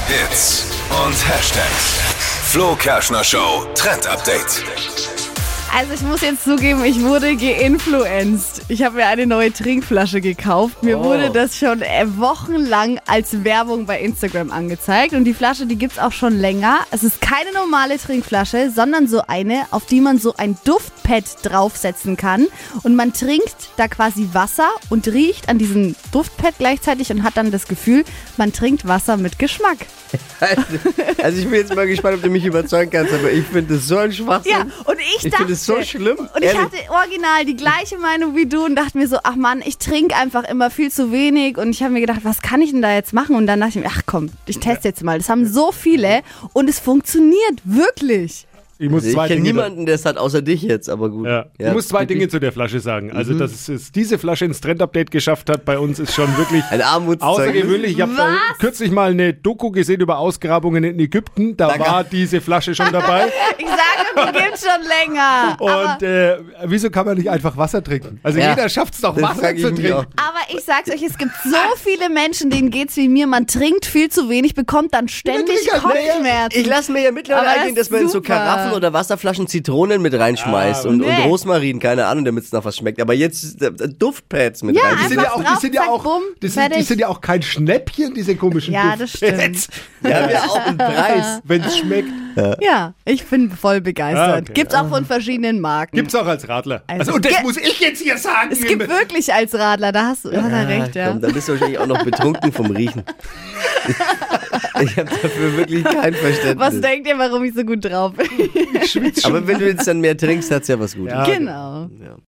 Hits und Hashtags. Flo Kerschner Show Trend Update. Also ich muss jetzt zugeben, ich wurde geinfluenced. Ich habe mir eine neue Trinkflasche gekauft. Mir wurde das schon wochenlang als Werbung bei Instagram angezeigt. Und die Flasche, die gibt's auch schon länger. Es ist keine normale Trinkflasche, sondern so eine, auf die man so ein Duftpad draufsetzen kann. Und man trinkt da quasi Wasser und riecht an diesem Duftpad gleichzeitig und hat dann das Gefühl, man trinkt Wasser mit Geschmack. Also ich bin jetzt mal gespannt, ob du mich überzeugen kannst, aber ich finde das so ein Schwachsinn. Ja, und ich dachte, finde es so schlimm. Und ich hatte original die gleiche Meinung wie du und dachte mir so, ach Mann, ich trinke einfach immer viel zu wenig. Und ich habe mir gedacht, was kann ich denn da jetzt machen? Und dann dachte ich mir, ach komm, ich teste jetzt mal. Das haben so viele und es funktioniert wirklich. Ich kenne niemanden, der es hat, außer dich jetzt, aber gut. Ja. Ich muss zwei Dinge zu der Flasche sagen. Also, dass es diese Flasche ins Trend-Update geschafft hat bei uns, ist schon wirklich ein Armutszeugnis. Außergewöhnlich. Ich habe kürzlich mal eine Doku gesehen über Ausgrabungen in Ägypten. Da war diese Flasche schon dabei. Ich sage, die gibt's schon länger. Und wieso kann man nicht einfach Wasser trinken? Also jeder schafft es doch, Wasser zu trinken. Aber ich sag's euch, es gibt so viele Menschen, denen geht's wie mir. Man trinkt viel zu wenig, bekommt dann ständig Kopfschmerzen. Ich lasse mir ja mittlerweile eingehen, dass man in so Karaffen oder Wasserflaschen Zitronen mit reinschmeißt und Rosmarin, keine Ahnung, damit es noch was schmeckt. Aber jetzt Duftpads mit rein. Die sind ja auch kein Schnäppchen, diese komischen Duftpads. Ja, das stimmt. Die haben ja auch einen Preis. Wenn es schmeckt. Ja, ich bin voll begeistert. Okay. Gibt's auch von verschiedenen Marken. Gibt's auch als Radler. Also, und das muss ich jetzt hier sagen. Es gibt wirklich als Radler, da hat er recht, ja. Komm, da bist du wahrscheinlich auch noch betrunken vom Riechen. Ich habe dafür wirklich kein Verständnis. Was denkt ihr, warum ich so gut drauf bin? Aber wenn du jetzt dann mehr trinkst, hat's ja was Gutes. Ja, Genau. Ja.